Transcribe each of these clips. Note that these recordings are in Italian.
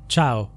Ciao.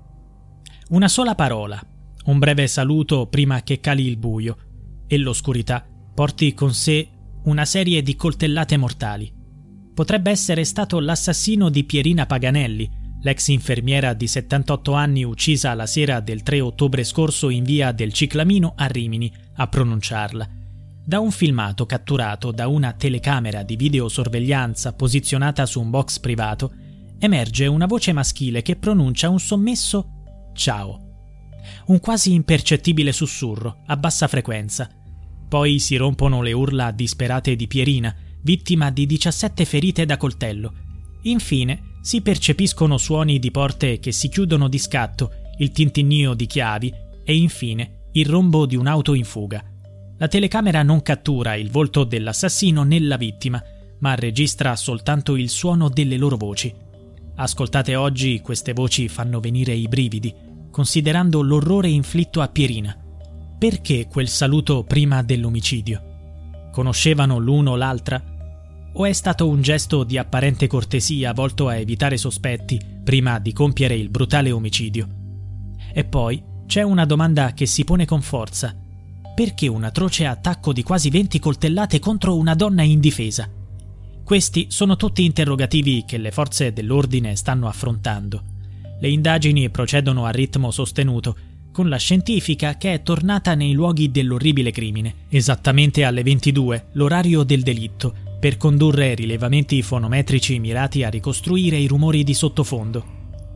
Una sola parola, un breve saluto prima che cali il buio e l'oscurità porti con sé una serie di coltellate mortali. Potrebbe essere stato l'assassino di Pierina Paganelli, l'ex infermiera di 78 anni uccisa la sera del 3 ottobre scorso in via del Ciclamino a Rimini, a pronunciarla. Da un filmato catturato da una telecamera di videosorveglianza posizionata su un box privato, emerge una voce maschile che pronuncia un sommesso ciao. Un quasi impercettibile sussurro, a bassa frequenza. Poi si rompono le urla disperate di Pierina, vittima di 17 ferite da coltello. Infine si percepiscono suoni di porte che si chiudono di scatto, il tintinnio di chiavi e infine il rombo di un'auto in fuga. La telecamera non cattura il volto dell'assassino né la vittima, ma registra soltanto il suono delle loro voci. Ascoltate oggi, queste voci fanno venire i brividi, considerando l'orrore inflitto a Pierina. Perché quel saluto prima dell'omicidio? Conoscevano l'uno l'altra? O è stato un gesto di apparente cortesia volto a evitare sospetti prima di compiere il brutale omicidio? E poi c'è una domanda che si pone con forza. Perché un atroce attacco di quasi 20 coltellate contro una donna indifesa? Questi sono tutti interrogativi che le forze dell'ordine stanno affrontando. Le indagini procedono a ritmo sostenuto, con la scientifica che è tornata nei luoghi dell'orribile crimine, esattamente alle 22, l'orario del delitto, per condurre rilevamenti fonometrici mirati a ricostruire i rumori di sottofondo.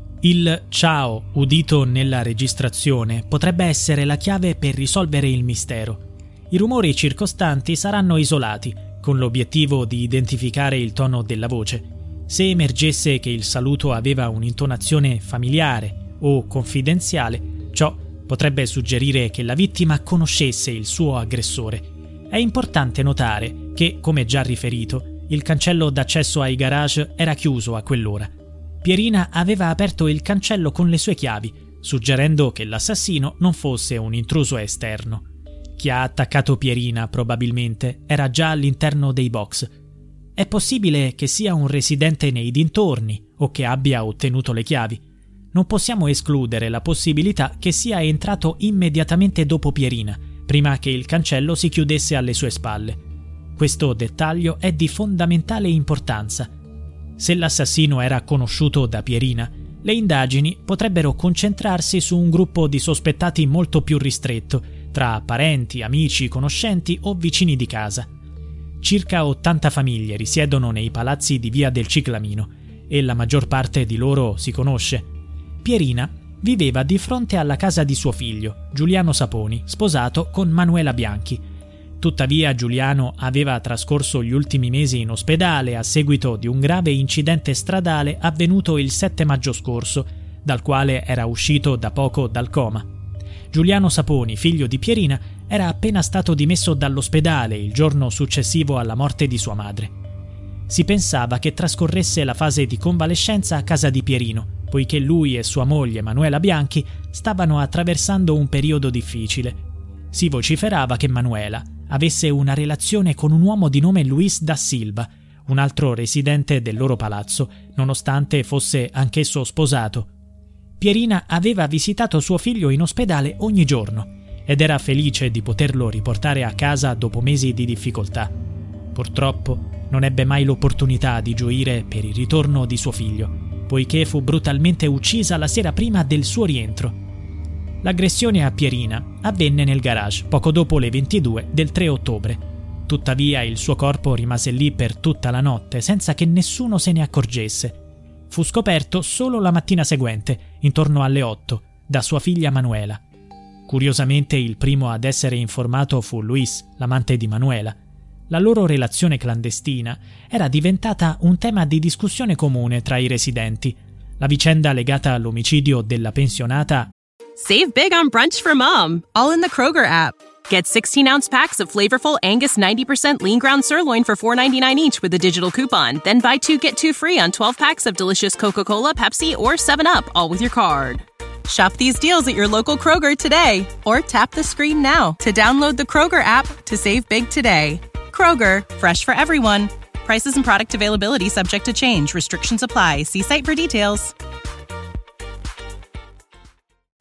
Il ciao udito nella registrazione potrebbe essere la chiave per risolvere il mistero. I rumori circostanti saranno isolati, con l'obiettivo di identificare il tono della voce. Se emergesse che il saluto aveva un'intonazione familiare o confidenziale, ciò potrebbe suggerire che la vittima conoscesse il suo aggressore. È importante notare che, come già riferito, il cancello d'accesso ai garage era chiuso a quell'ora. Pierina aveva aperto il cancello con le sue chiavi, suggerendo che l'assassino non fosse un intruso esterno. Chi ha attaccato Pierina probabilmente era già all'interno dei box. È possibile che sia un residente nei dintorni o che abbia ottenuto le chiavi. Non possiamo escludere la possibilità che sia entrato immediatamente dopo Pierina, prima che il cancello si chiudesse alle sue spalle. Questo dettaglio è di fondamentale importanza. Se l'assassino era conosciuto da Pierina, le indagini potrebbero concentrarsi su un gruppo di sospettati molto più ristretto, tra parenti, amici, conoscenti o vicini di casa. Circa 80 famiglie risiedono nei palazzi di via del Ciclamino e la maggior parte di loro si conosce. Pierina viveva di fronte alla casa di suo figlio, Giuliano Saponi, sposato con Manuela Bianchi. Tuttavia Giuliano aveva trascorso gli ultimi mesi in ospedale a seguito di un grave incidente stradale avvenuto il 7 maggio scorso, dal quale era uscito da poco dal coma. Giuliano Saponi, figlio di Pierina, era appena stato dimesso dall'ospedale il giorno successivo alla morte di sua madre. Si pensava che trascorresse la fase di convalescenza a casa di Pierino, poiché lui e sua moglie Manuela Bianchi stavano attraversando un periodo difficile. Si vociferava che Manuela avesse una relazione con un uomo di nome Luis da Silva, un altro residente del loro palazzo, nonostante fosse anch'esso sposato. Pierina aveva visitato suo figlio in ospedale ogni giorno ed era felice di poterlo riportare a casa dopo mesi di difficoltà. Purtroppo non ebbe mai l'opportunità di gioire per il ritorno di suo figlio, poiché fu brutalmente uccisa la sera prima del suo rientro. L'aggressione a Pierina avvenne nel garage poco dopo le 22 del 3 ottobre. Tuttavia il suo corpo rimase lì per tutta la notte senza che nessuno se ne accorgesse. Fu scoperto solo la mattina seguente, intorno alle 8, da sua figlia Manuela. Curiosamente il primo ad essere informato fu Luis, l'amante di Manuela. La loro relazione clandestina era diventata un tema di discussione comune tra i residenti. La vicenda legata all'omicidio della pensionata. Save big on brunch for mom, all in the Kroger app. Get 16-ounce packs of flavorful Angus 90% lean ground sirloin for $4.99 each with a digital coupon. Then buy 2, get 2 free on 12 packs of delicious Coca-Cola, Pepsi, or 7-Up, all with your card. Shop these deals at your local Kroger today, or tap the screen now to download the Kroger app to save big today. Kroger, fresh for everyone. Prices and product availability subject to change. Restrictions apply. See site for details.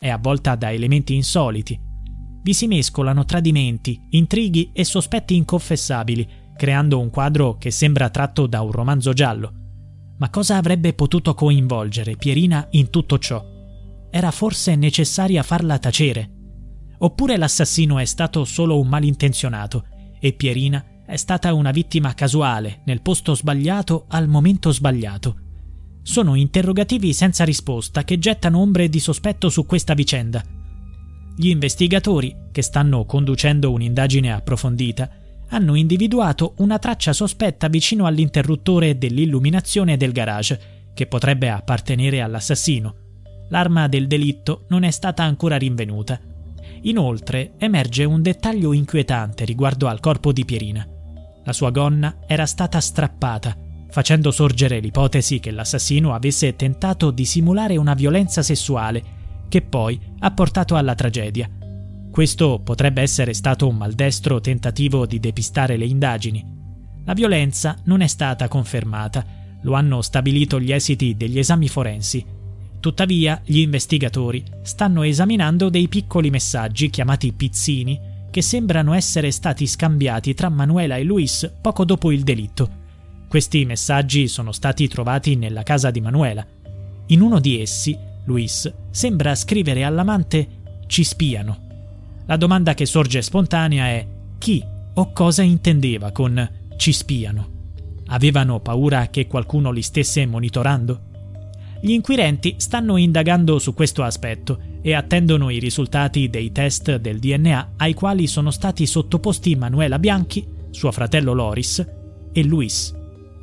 è avvolta da elementi insoliti. Vi si mescolano tradimenti, intrighi e sospetti inconfessabili, creando un quadro che sembra tratto da un romanzo giallo. Ma cosa avrebbe potuto coinvolgere Pierina in tutto ciò? Era forse necessaria farla tacere? Oppure l'assassino è stato solo un malintenzionato e Pierina è stata una vittima casuale, nel posto sbagliato, al momento sbagliato? Sono interrogativi senza risposta che gettano ombre di sospetto su questa vicenda. Gli investigatori, che stanno conducendo un'indagine approfondita, hanno individuato una traccia sospetta vicino all'interruttore dell'illuminazione del garage, che potrebbe appartenere all'assassino. L'arma del delitto non è stata ancora rinvenuta. Inoltre, emerge un dettaglio inquietante riguardo al corpo di Pierina. La sua gonna era stata strappata, facendo sorgere l'ipotesi che l'assassino avesse tentato di simulare una violenza sessuale, che poi ha portato alla tragedia. Questo potrebbe essere stato un maldestro tentativo di depistare le indagini. La violenza non è stata confermata, lo hanno stabilito gli esiti degli esami forensi. Tuttavia, gli investigatori stanno esaminando dei piccoli messaggi chiamati pizzini che sembrano essere stati scambiati tra Manuela e Luis poco dopo il delitto. Questi messaggi sono stati trovati nella casa di Manuela. In uno di essi, Luis sembra scrivere all'amante «Ci spiano». La domanda che sorge spontanea è chi o cosa intendeva con «ci spiano». Avevano paura che qualcuno li stesse monitorando? Gli inquirenti stanno indagando su questo aspetto e attendono i risultati dei test del DNA ai quali sono stati sottoposti Manuela Bianchi, suo fratello Loris e Luis.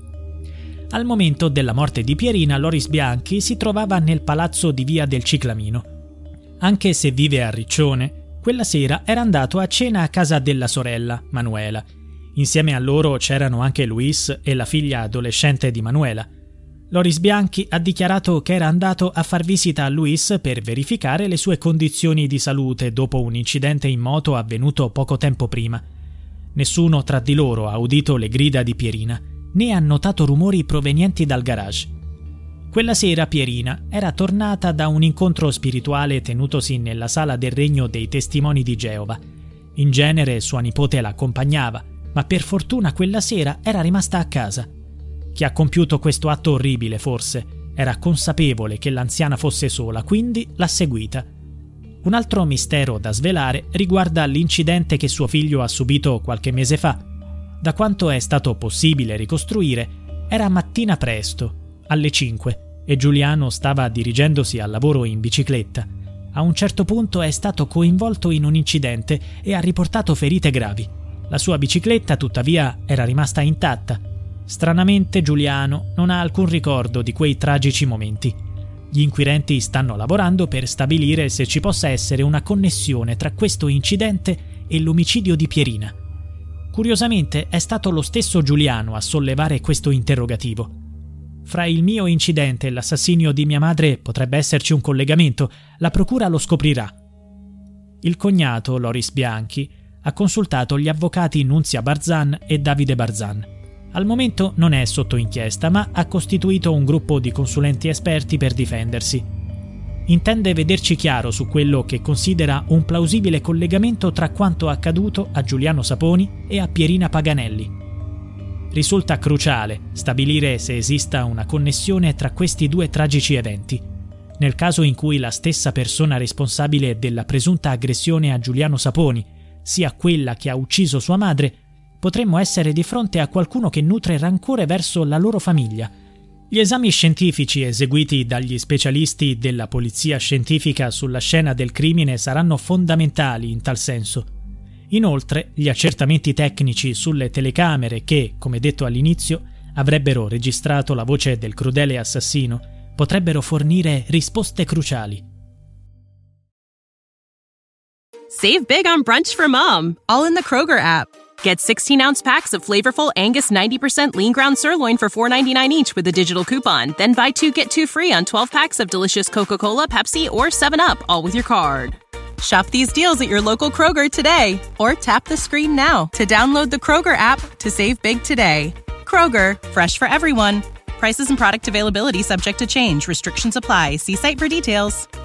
Al momento della morte di Pierina, Loris Bianchi si trovava nel palazzo di Via del Ciclamino. Anche se vive a Riccione, quella sera era andato a cena a casa della sorella, Manuela. Insieme a loro c'erano anche Luis e la figlia adolescente di Manuela. Loris Bianchi ha dichiarato che era andato a far visita a Luis per verificare le sue condizioni di salute dopo un incidente in moto avvenuto poco tempo prima. Nessuno tra di loro ha udito le grida di Pierina, né ha notato rumori provenienti dal garage. Quella sera Pierina era tornata da un incontro spirituale tenutosi nella sala del Regno dei Testimoni di Geova. In genere sua nipote l'accompagnava, ma per fortuna quella sera era rimasta a casa. Chi ha compiuto questo atto orribile, forse, era consapevole che l'anziana fosse sola, quindi l'ha seguita. Un altro mistero da svelare riguarda l'incidente che suo figlio ha subito qualche mese fa. Da quanto è stato possibile ricostruire, era mattina presto, alle 5, e Giuliano stava dirigendosi al lavoro in bicicletta. A un certo punto è stato coinvolto in un incidente e ha riportato ferite gravi. La sua bicicletta, tuttavia, era rimasta intatta. Stranamente Giuliano non ha alcun ricordo di quei tragici momenti. Gli inquirenti stanno lavorando per stabilire se ci possa essere una connessione tra questo incidente e l'omicidio di Pierina. Curiosamente è stato lo stesso Giuliano a sollevare questo interrogativo. Fra il mio incidente e l'assassinio di mia madre potrebbe esserci un collegamento, la procura lo scoprirà. Il cognato, Loris Bianchi, ha consultato gli avvocati Nunzia Barzan e Davide Barzan. Al momento non è sotto inchiesta, ma ha costituito un gruppo di consulenti esperti per difendersi. Intende vederci chiaro su quello che considera un plausibile collegamento tra quanto accaduto a Giuliano Saponi e a Pierina Paganelli. Risulta cruciale stabilire se esista una connessione tra questi due tragici eventi. Nel caso in cui la stessa persona responsabile della presunta aggressione a Giuliano Saponi sia quella che ha ucciso sua madre, potremmo essere di fronte a qualcuno che nutre rancore verso la loro famiglia. Gli esami scientifici eseguiti dagli specialisti della polizia scientifica sulla scena del crimine saranno fondamentali in tal senso. Inoltre, gli accertamenti tecnici sulle telecamere che, come detto all'inizio, avrebbero registrato la voce del crudele assassino, potrebbero fornire risposte cruciali. Save big on brunch for mom, all in the Kroger app. Get 16-ounce packs of flavorful Angus 90% lean ground sirloin for $4.99 each with a digital coupon. Then buy 2, get 2 free on 12 packs of delicious Coca-Cola, Pepsi, or 7-Up, all with your card. Shop these deals at your local Kroger today, or tap the screen now to download the Kroger app to save big today. Kroger, fresh for everyone. Prices and product availability subject to change. Restrictions apply. See site for details.